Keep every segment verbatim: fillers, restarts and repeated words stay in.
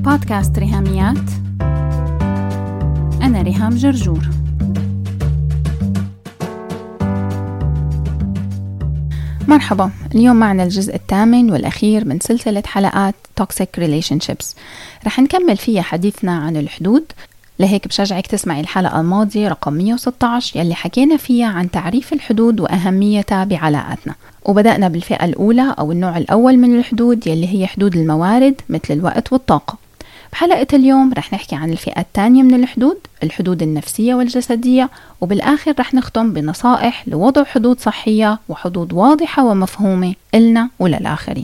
بودكاست ريهاميات. أنا ريهام جرجور. مرحبا، اليوم معنا الجزء الثامن والأخير من سلسلة حلقات Toxic Relationships. رح نكمل فيها حديثنا عن الحدود، لهيك بشجعك تسمعي الحلقة الماضية رقم مية وستة عشر يلي حكينا فيها عن تعريف الحدود وأهميتها بعلاقاتنا، وبدأنا بالفئة الأولى أو النوع الأول من الحدود يلي هي حدود الموارد مثل الوقت والطاقة. بحلقة اليوم رح نحكي عن الفئة الثانية من الحدود، الحدود النفسية والجسدية، وبالآخر رح نختم بنصائح لوضع حدود صحية وحدود واضحة ومفهومة إلنا وللآخرين.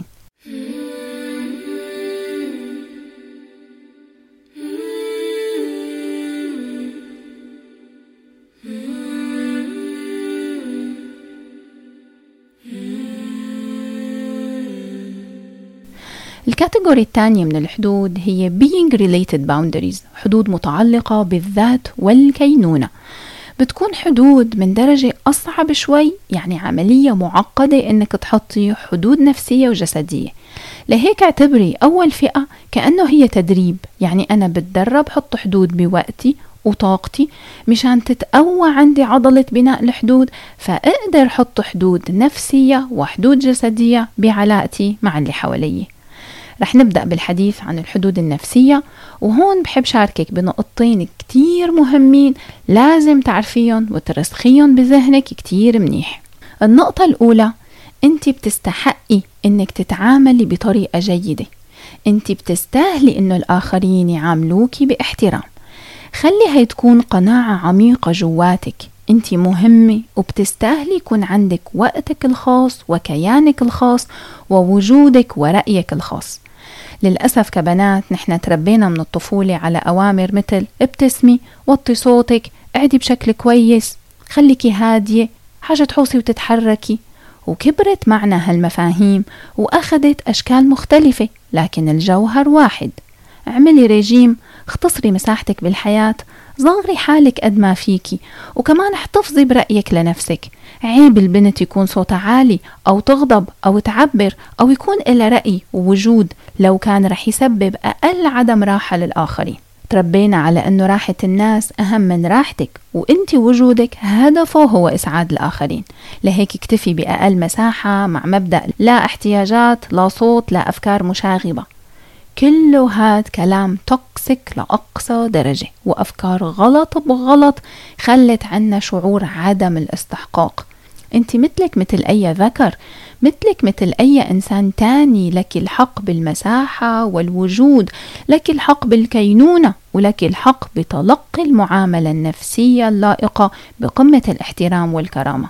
الكاتيجوري الثانية من الحدود هي being related boundaries، حدود متعلقة بالذات والكينونة. بتكون حدود من درجة أصعب شوي، يعني عملية معقدة إنك تحطي حدود نفسية وجسدية. لهيك اعتبري أول فئة كأنه هي تدريب، يعني أنا بتدرب حط حدود بوقتي وطاقتي مشان تتقوى عندي عضلة بناء الحدود، فأقدر حط حدود نفسية وحدود جسدية بعلاقتي مع اللي حوالي. رح نبدأ بالحديث عن الحدود النفسية، وهون بحب شاركك بنقطتين كتير مهمين لازم تعرفيهم وترسخيهم بذهنك كتير منيح. النقطة الأولى، انت بتستحقي انك تتعاملي بطريقة جيدة، انت بتستاهلي انه الآخرين يعاملوكي باحترام. خلي هاي تكون قناعة عميقة جواتك، انت مهمة وبتستاهلي يكون عندك وقتك الخاص وكيانك الخاص ووجودك ورأيك الخاص. للأسف كبنات نحن تربينا من الطفولة على أوامر مثل ابتسمي، وطي صوتك، اعدي بشكل كويس، خليكي هادية، حاجة تحوصي وتتحركي. وكبرت معنا هالمفاهيم وأخذت أشكال مختلفة، لكن الجوهر واحد. اعملي ريجيم، اختصري مساحتك بالحياة، صغري حالك قد ما فيكي، وكمان احتفظي برأيك لنفسك. عيب البنت يكون صوتها عالي أو تغضب أو تعبر أو يكون إلها رأي ووجود لو كان رح يسبب أقل عدم راحة للآخرين. تربينا على أنه راحة الناس أهم من راحتك، وإنت وجودك هدفه هو إسعاد الآخرين. لهيك اكتفي بأقل مساحة مع مبدأ لا احتياجات، لا صوت، لا أفكار مشاغبة. كله هاد كلام توكسيك لأقصى درجة، وأفكار غلط بغلط خلت عنا شعور عدم الاستحقاق. انت مثلك مثل أي ذكر، مثلك مثل أي إنسان تاني، لك الحق بالمساحة والوجود، لك الحق بالكينونة، ولك الحق بتلقي المعاملة النفسية اللائقة بقمة الاحترام والكرامة.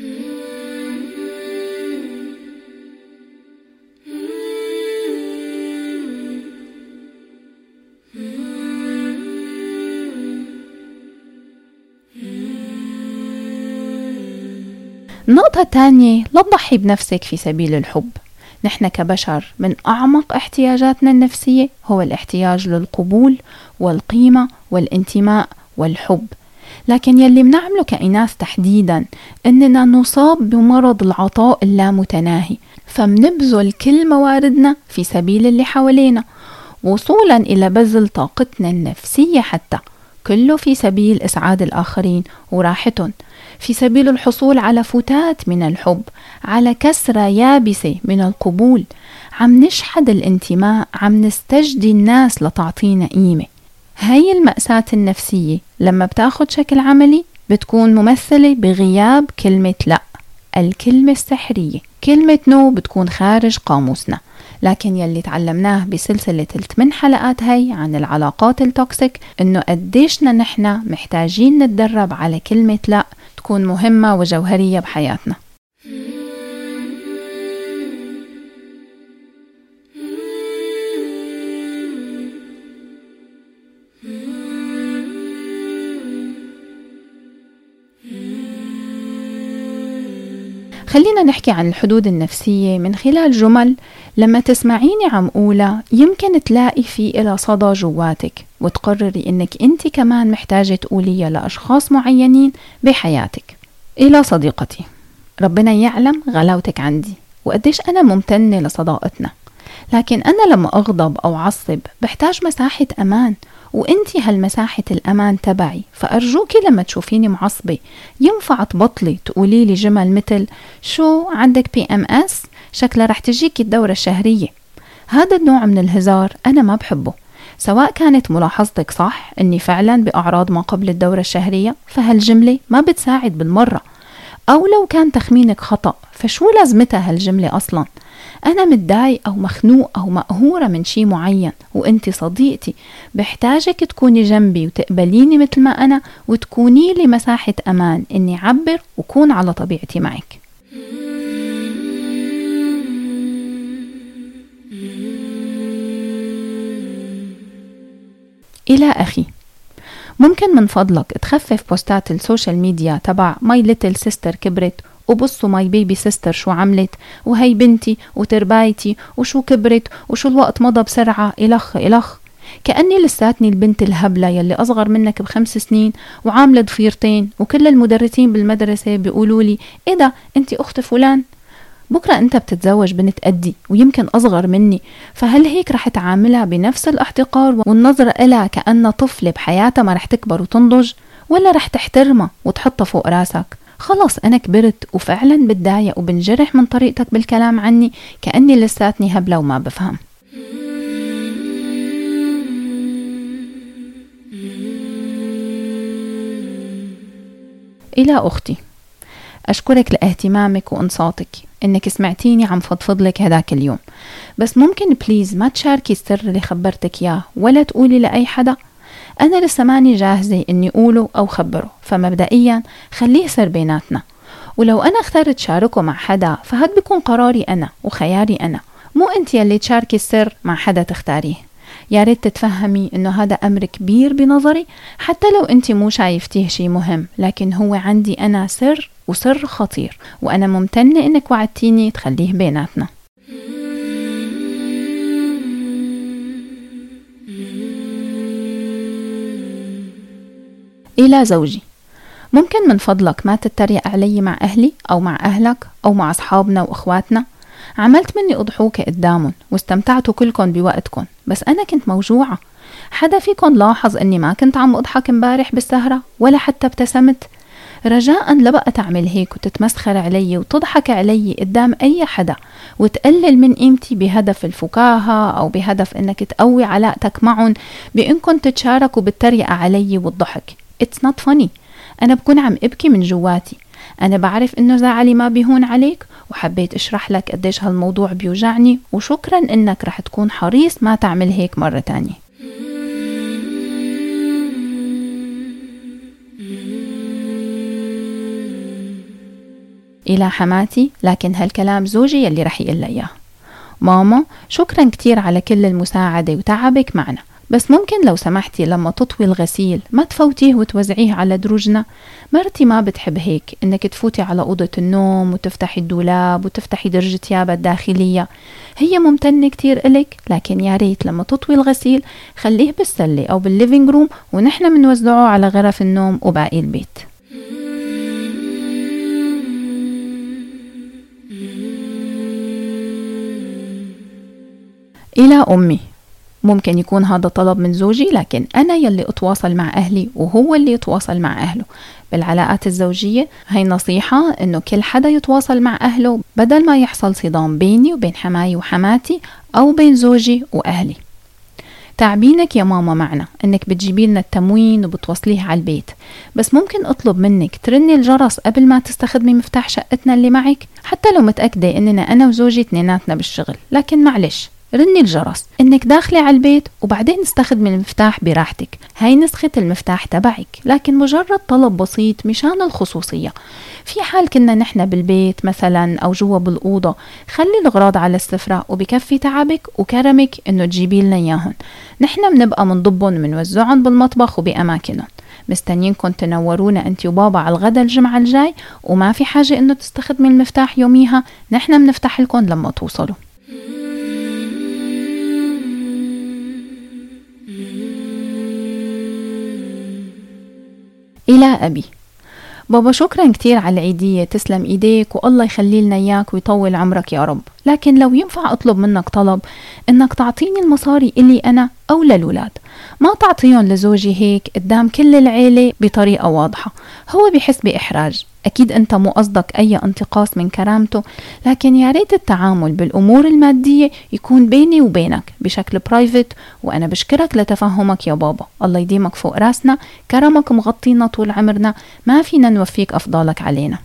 النقطة الثانية، لا تضحي بنفسك في سبيل الحب. نحن كبشر من أعمق احتياجاتنا النفسية هو الاحتياج للقبول والقيمة والانتماء والحب، لكن يلي منعمله كإناث تحديدا إننا نصاب بمرض العطاء اللامتناهي، فمنبذل كل مواردنا في سبيل اللي حوالينا، وصولا إلى بذل طاقتنا النفسية حتى، كله في سبيل إسعاد الآخرين وراحتهم، في سبيل الحصول على فتات من الحب، على كسرة يابسة من القبول. عم نشحد الانتماء، عم نستجدي الناس لتعطينا قيمة. هاي المأساة النفسية لما بتاخد شكل عملي بتكون ممثلة بغياب كلمة لا، الكلمة السحرية. كلمة نو بتكون خارج قاموسنا، لكن يلي تعلمناه بسلسلة الثمان حلقات هاي عن العلاقات التوكسيك إنه قديشنا نحنا محتاجين نتدرب على كلمة لا تكون مهمة وجوهرية بحياتنا. خلينا نحكي عن الحدود النفسية من خلال جمل لما تسمعيني عم قولها يمكن تلاقي في إلى صدى جواتك، وتقرري إنك أنت كمان محتاجة تقوليها لأشخاص معينين بحياتك. إلى صديقتي، ربنا يعلم غلاوتك عندي وقديش أنا ممتنة لصداقتنا، لكن أنا لما أغضب أو عصب بحتاج مساحة أمان، وإنتي هالمساحة الأمان تبعي، فأرجوكي لما تشوفيني معصبة ينفع تبطلي تقولي لي جمل مثل شو عندك بي ام اس، شكلها رح تجيكي الدورة الشهرية. هذا النوع من الهزار أنا ما بحبه. سواء كانت ملاحظتك صح إني فعلا بأعراض ما قبل الدورة الشهرية، فهالجملة ما بتساعد بالمرة، أو لو كان تخمينك خطأ فشو لازمتها هالجملة أصلا؟ أنا متضايق أو مخنوق أو مقهورة من شي معين وإنتي صديقتي، بحتاجك تكوني جنبي وتقبليني مثل ما أنا، وتكوني لي مساحة أمان إني عبر وكون على طبيعتي معك. إلى أخي، ممكن من فضلك تخفف بوستات السوشيال ميديا تبع ماي ليتل سيستر كبرت، وبصوا ماي بيبي سيستر شو عملت، وهي بنتي وتربايتي وشو كبرت وشو الوقت مضى بسرعة، إلخ إلخ، كأني لساتني البنت الهبلة يلي أصغر منك بخمس سنين وعاملة ضفيرتين، وكل المدرسين بالمدرسة بيقولوا لي إيه ده أنتي أخت فلان. بكرة أنت بتتزوج بنت قدي ويمكن أصغر مني، فهل هيك رح تعاملها بنفس الاحتقار والنظرة إلها كأنها طفلة بحياتها ما رح تكبر وتنضج، ولا رح تحترمها وتحطها فوق راسك؟ خلاص أنا كبرت وفعلا بتضايق وبنجرح من طريقتك بالكلام عني، كأني لساتني هبلة وما بفهم. إلى أختي، أشكرك لاهتمامك وإنصاتك، إنك سمعتيني عم فضفضلك هداك اليوم، بس ممكن بليز ما تشاركي السر اللي خبرتك إياه ولا تقولي لأي حدا. أنا لسه ماني جاهزة إني أقوله أو خبره، فمبدئيا خليه سر بيناتنا، ولو أنا اخترت شاركه مع حدا فهاد بيكون قراري أنا وخياري أنا، مو أنت يلي تشاركي السر مع حدا تختاريه. يا ريت تتفهمي إنه هذا أمر كبير بنظري، حتى لو أنت مو شايفتيه شي مهم، لكن هو عندي أنا سر وسر خطير، وأنا ممتنة إنك وعدتيني تخليه بيناتنا. إلى زوجي، ممكن من فضلك ما تتريق علي مع أهلي أو مع أهلك أو مع أصحابنا وأخواتنا؟ عملت مني أضحوكة قدامهم واستمتعتوا كلكم بوقتكم، بس أنا كنت موجوعة. حدا فيكم لاحظ أني ما كنت عم أضحك امبارح بالسهرة ولا حتى ابتسمت؟ رجاءً لبقى تعمل هيك وتتمسخر علي وتضحك علي قدام أي حدا وتقلل من قيمتي بهدف الفكاهة أو بهدف أنك تقوي علاقتك معهم بأنكم تتشاركوا بالتريقة علي والضحك. It's not funny. أنا بكون عم أبكي من جواتي. أنا بعرف إنه زعلي ما بيهون عليك، وحبيت أشرح لك قديش هالموضوع بيوجعني، وشكرا إنك رح تكون حريص ما تعمل هيك مرة تانية. إلى حماتي، لكن هالكلام زوجي يلي رح يقول لي إياه. ماما، شكرا كتير على كل المساعدة وتعبك معنا، بس ممكن لو سمحتي لما تطوي الغسيل ما تفوتيه وتوزعيه على دروجنا؟ مرتي ما بتحب هيك، انك تفوتي على أوضة النوم وتفتحي الدولاب وتفتحي درج ثيابها الداخلية. هي ممتنة كتير إلك، لكن يا ريت لما تطوي الغسيل خليه بالسلة أو بالليفينج روم، ونحن منوزعه على غرف النوم وباقي البيت. إلى أمي، ممكن يكون هذا طلب من زوجي، لكن أنا يلي أتواصل مع أهلي وهو اللي يتواصل مع أهله. بالعلاقات الزوجية هاي نصيحة، إنه كل حدا يتواصل مع أهله بدل ما يحصل صدام بيني وبين حماي وحماتي أو بين زوجي وأهلي. تعبينك يا ماما معنا إنك بتجيبي لنا التموين وبتوصليه على البيت، بس ممكن أطلب منك ترني الجرس قبل ما تستخدمي مفتاح شقتنا اللي معك، حتى لو متأكدة إننا أنا وزوجي اثنيناتنا بالشغل، لكن معلش رني الجرس إنك داخلة على البيت، وبعدين استخدمي المفتاح براحتك. هاي نسخة المفتاح تبعك، لكن مجرد طلب بسيط مشان الخصوصية. في حال كنا نحن بالبيت مثلا أو جوا بالأوضة، خلي الأغراض على السفرة وبكفي تعبك وكرمك إنه تجيبي لنا إياهن. نحن بنبقى منضبهم منوزعهم بالمطبخ وبأماكنهم. مستنينكم تنورونا أنت وبابا على الغدا الجمعة الجاي، وما في حاجة إنه تستخدمي المفتاح يوميها، نحن بنفتح لكم لما توصلوا. إلى أبي، بابا شكرا كتير على العيدية، تسلم إيديك والله يخلي لنا إياك ويطول عمرك يا رب، لكن لو ينفع أطلب منك طلب إنك تعطيني المصاري اللي أنا أو للولاد، ما تعطيهم لزوجي هيك قدام كل العيلة بطريقة واضحة، هو بيحس بإحراج. أكيد أنت مو قصدك أي انتقاص من كرامته، لكن يا ريت التعامل بالأمور المادية يكون بيني وبينك بشكل برايفت. وأنا بشكرك لتفهمك يا بابا، الله يديمك فوق راسنا، كرمك مغطينا طول عمرنا، ما فينا نوفيك أفضالك علينا.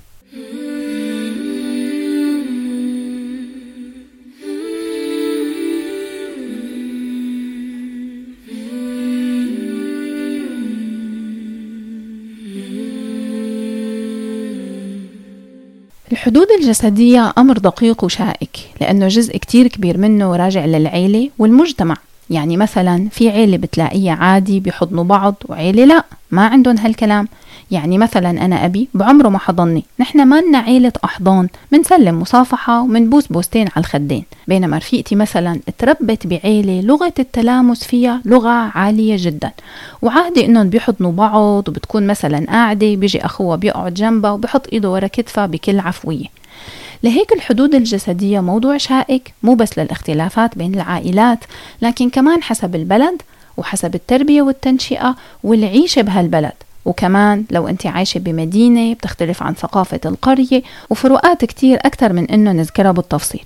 الحدود الجسدية أمر دقيق وشائك، لأنه جزء كتير كبير منه راجع للعيلة والمجتمع. يعني مثلا في عيلة بتلاقيها عادي بيحضنوا بعض، وعيلة لا، ما عندهم هالكلام. يعني مثلا أنا أبي بعمره ما حضني، نحن ما لنا عيلة أحضان، منسلم مصافحة ومنبوس بوستين على الخدين. بينما رفيقتي مثلا تربت بعيلة لغة التلامس فيها لغة عالية جدا، وعادي إنهم بيحضنوا بعض، وبتكون مثلا قاعدة بيجي أخوها بيقعد جنبها وبيحط إيده ورا كتفها بكل عفوية. لهيك الحدود الجسدية موضوع شائك، مو بس للاختلافات بين العائلات، لكن كمان حسب البلد وحسب التربية والتنشئة والعيشة بهالبلد. وكمان لو أنت عايشة بمدينة بتختلف عن ثقافة القرية، وفروقات كتير أكتر من إنه نذكرها بالتفصيل.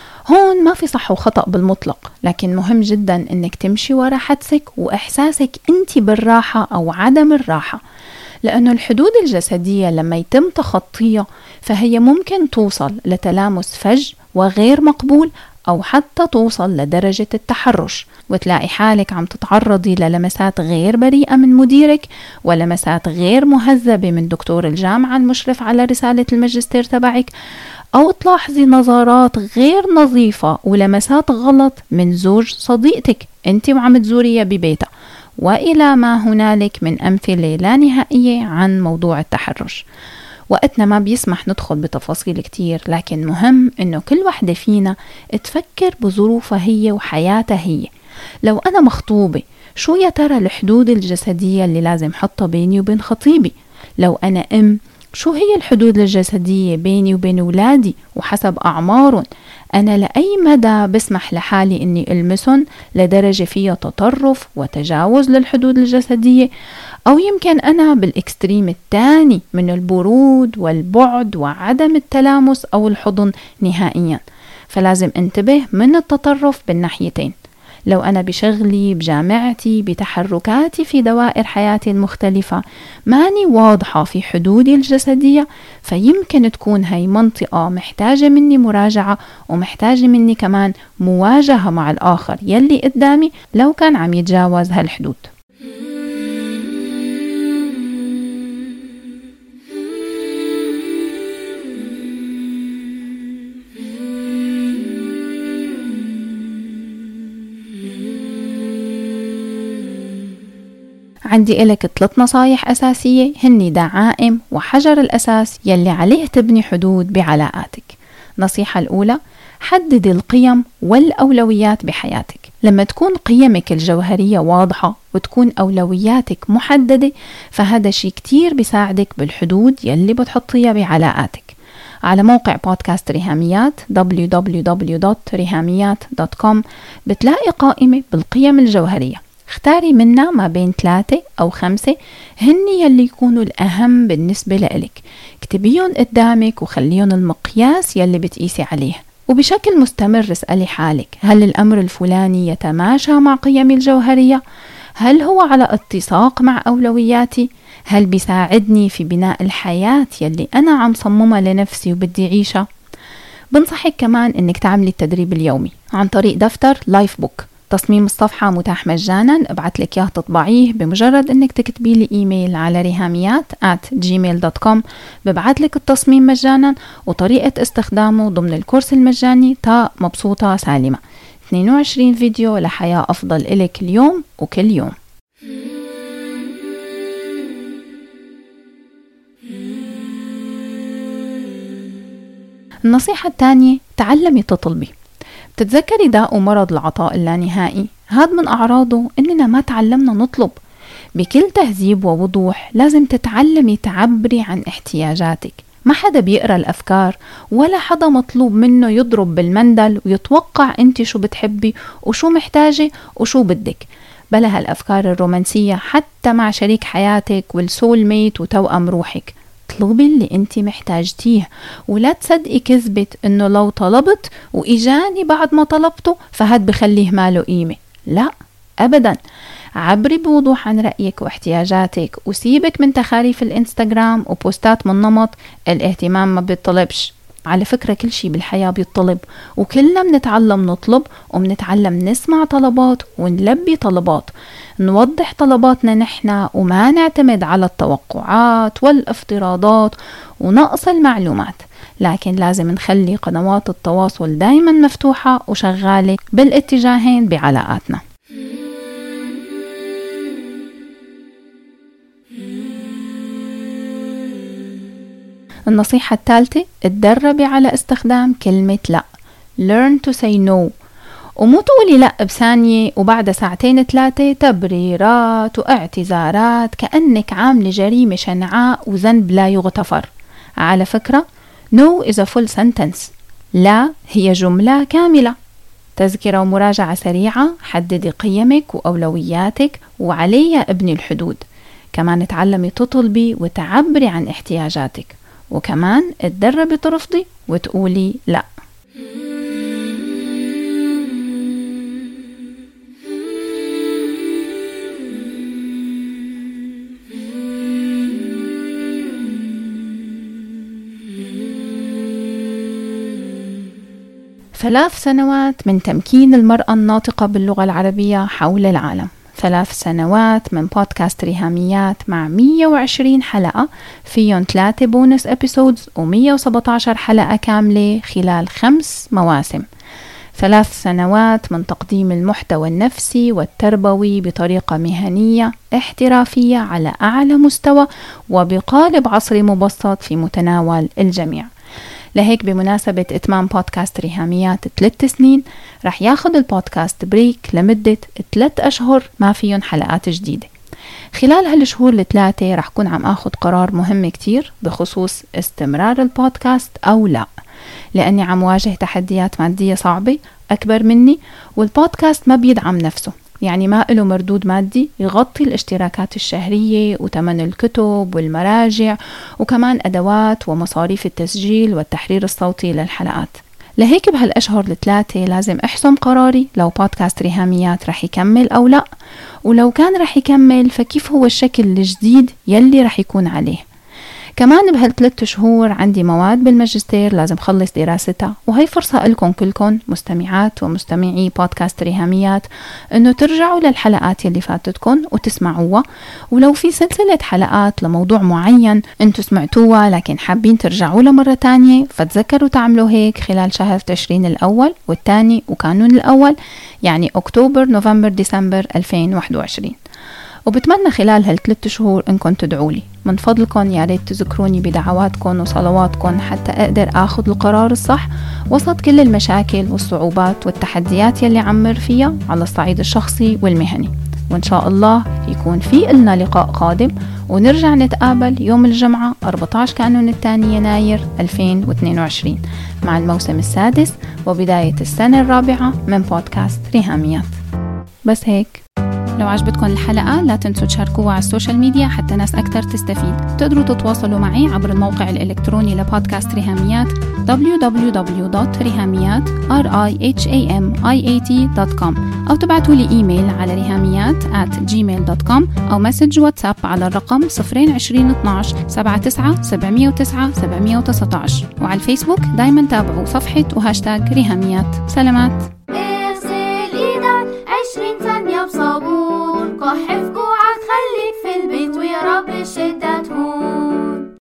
هون ما في صح وخطأ بالمطلق، لكن مهم جدا إنك تمشي ورا حدسك وإحساسك أنت بالراحة أو عدم الراحة، لأنه الحدود الجسدية لما يتم تخطيها فهي ممكن توصل لتلامس فج وغير مقبول، أو حتى توصل لدرجة التحرش، وتلاقي حالك عم تتعرضي للمسات غير بريئة من مديرك، ولمسات غير مهذبة من دكتور الجامعة المشرف على رسالة الماجستير تبعك، أو تلاحظي نظرات غير نظيفة ولمسات غلط من زوج صديقتك أنت وعم تزوريها ببيتها، وإلى ما هنالك من أمثلة لا نهائية عن موضوع التحرش. وقتنا ما بيسمح ندخل بتفاصيل كتير، لكن مهم إنه كل واحدة فينا تفكر بظروفها هي وحياتها هي. لو أنا مخطوبة، شو يا ترى الحدود الجسدية اللي لازم حطها بيني وبين خطيبي؟ لو أنا أم، شو هي الحدود الجسدية بيني وبين أولادي وحسب أعمارهم؟ أنا لأي مدى بسمح لحالي أني ألمسهم لدرجة فيها تطرف وتجاوز للحدود الجسدية؟ أو يمكن أنا بالإكستريم الثاني من البرود والبعد وعدم التلامس أو الحضن نهائيا. فلازم انتبه من التطرف بالناحيتين. لو أنا بشغلي، بجامعتي، بتحركاتي في دوائر حياتي المختلفة ماني واضحة في حدودي الجسدية، فيمكن تكون هاي منطقة محتاجة مني مراجعة، ومحتاجة مني كمان مواجهة مع الآخر يلي قدامي لو كان عم يتجاوز هالحدود. عندي إلك ثلاث نصايح أساسية هني دعائم وحجر الأساس يلي عليه تبني حدود بعلاقاتك. نصيحة الأولى: حدد القيم والأولويات بحياتك. لما تكون قيمك الجوهرية واضحة وتكون أولوياتك محددة، فهذا شيء كتير بيساعدك بالحدود يلي بتحطيها بعلاقاتك. على موقع بودكاست ريهاميات دبليو دبليو دبليو دوت ريهاميات دوت كوم بتلاقي قائمة بالقيم الجوهرية. اختاري منها ما بين ثلاثة أو خمسة هني يلي يكونوا الأهم بالنسبة لإلك، اكتبيهم قدامك وخليهم المقياس يلي بتقيسي عليه. وبشكل مستمر اسألي حالك: هل الأمر الفلاني يتماشى مع قيمي الجوهرية؟ هل هو على اتساق مع أولوياتي؟ هل بيساعدني في بناء الحياة يلي أنا عم صممها لنفسي وبدي عيشها؟ بنصحك كمان إنك تعملي التدريب اليومي عن طريق دفتر لايف بوك. تصميم الصفحة متاح مجانا، ابعت لك اياه تطبعيه بمجرد انك تكتبي لي ايميل على ريهاميات آت جيميل دوت كوم. ببعت لك التصميم مجانا وطريقة استخدامه ضمن الكورس المجاني تا مبسوطة سالمة. اثنين وعشرين فيديو لحياة أفضل إلك اليوم وكل يوم. النصيحة الثانية: تعلمي تطلبي. بتتذكري داء ومرض العطاء اللانهائي؟ هاد من أعراضه إننا ما تعلمنا نطلب. بكل تهذيب ووضوح لازم تتعلمي تعبري عن احتياجاتك، ما حدا بيقرأ الأفكار، ولا حدا مطلوب منه يضرب بالمندل ويتوقع انت شو بتحبي وشو محتاجة وشو بدك. بلا هالأفكار الرومانسية حتى مع شريك حياتك والسول ميت وتوأم روحك. اطلبي اللي انت محتاجتيه، ولا تصدقي كذبة انه لو طلبت واجاني بعد ما طلبته فهاد بخليه ماله قيمة. لا ابدا، عبري بوضوح عن رأيك واحتياجاتك، وسيبك من تخاريف الانستغرام وبوستات من نمط الاهتمام ما بيطلبش. على فكرة كل شي بالحياة بيطلب، وكلنا بنتعلم نطلب وبنتعلم نسمع طلبات ونلبي طلبات، نوضح طلباتنا نحنا وما نعتمد على التوقعات والافتراضات ونقص المعلومات. لكن لازم نخلي قنوات التواصل دايما مفتوحة وشغالة بالاتجاهين بعلاقاتنا. النصيحة الثالثة، اتدربي على استخدام كلمة لا. learn to say no، ومو تقولي لا بثانية وبعد ساعتين ثلاثة تبريرات واعتذارات كأنك عاملة جريمة شنعاء وذنب لا يغتفر. على فكرة no is a full sentence، لا هي جملة كاملة. تذكرة ومراجعة سريعة، حددي قيمك وأولوياتك وعليها ابني الحدود. كمان تعلمي تطلبي وتعبري عن احتياجاتك، وكمان اتدربي ترفضي وتقولي لا. ثلاث سنوات من تمكين المرأة الناطقة باللغة العربية حول العالم، ثلاث سنوات من بودكاست ريهاميات مع مية وعشرين حلقة فيهم ثلاثة بونس ابيسودز ومية وسبعة عشر حلقة كاملة خلال خمس مواسم، ثلاث سنوات من تقديم المحتوى النفسي والتربوي بطريقة مهنية احترافية على أعلى مستوى وبقالب عصري مبسط في متناول الجميع. لهيك بمناسبة إتمام بودكاست ريهاميات ثلاث سنين رح ياخد البودكاست بريك لمدة ثلاث أشهر ما فيهم حلقات جديدة. خلال هالشهور الثلاثة رح كون عم أخد قرار مهم كتير بخصوص استمرار البودكاست أو لا، لأني عم واجه تحديات مادية صعبة أكبر مني، والبودكاست ما بيدعم نفسه، يعني ما له مردود مادي يغطي الاشتراكات الشهرية وتمن الكتب والمراجع وكمان أدوات ومصاريف التسجيل والتحرير الصوتي للحلقات. لهيك بهالأشهر الثلاثة لازم أحسم قراري لو بودكاست ريهاميات رح يكمل أو لا، ولو كان رح يكمل فكيف هو الشكل الجديد يلي رح يكون عليه. كمان بهالثلاث شهور عندي مواد بالماجستير لازم خلص دراستها، وهي فرصة لكم كلكم مستمعات ومستمعي بودكاست ريهاميات انه ترجعوا للحلقات يلي فاتتكم وتسمعوها، ولو في سلسلة حلقات لموضوع معين انتو سمعتوها لكن حابين ترجعوا لها مرة تانية فتذكروا تعملوا هيك خلال شهر تشرين الأول والثاني وكانون الأول، يعني أكتوبر نوفمبر ديسمبر ألفين وواحد وعشرين. وبتمنى خلال هالثلاث شهور انكم تدعولي من فضلكم، يا ريت تذكروني بدعواتكم وصلواتكم حتى اقدر اخذ القرار الصح وسط كل المشاكل والصعوبات والتحديات يلي عمر فيها على الصعيد الشخصي والمهني. وان شاء الله يكون في إلنا لقاء قادم ونرجع نتقابل يوم الجمعة أربعة عشر كانون الثاني يناير ألفين واثنين وعشرين مع الموسم السادس وبداية السنة الرابعة من بودكاست ريهاميات. بس هيك، لو عجبتكم الحلقة لا تنسوا تشاركوها على السوشيال ميديا حتى ناس أكتر تستفيد. تقدروا تتواصلوا معي عبر الموقع الإلكتروني لبودكاست ريهاميات دبليو دبليو دبليو دوت ريهاميات دوت كوم أو تبعتوا لي إيميل على ريهاميات آت جيميل دوت كوم أو مسج واتساب على الرقم صفر عشرين اثناش سبعة تسعة سبعمية وتسعة سبعمية وتسعة عشر، وعلى الفيسبوك دايما تابعوا صفحة وهاشتاج ريهاميات. سلامات.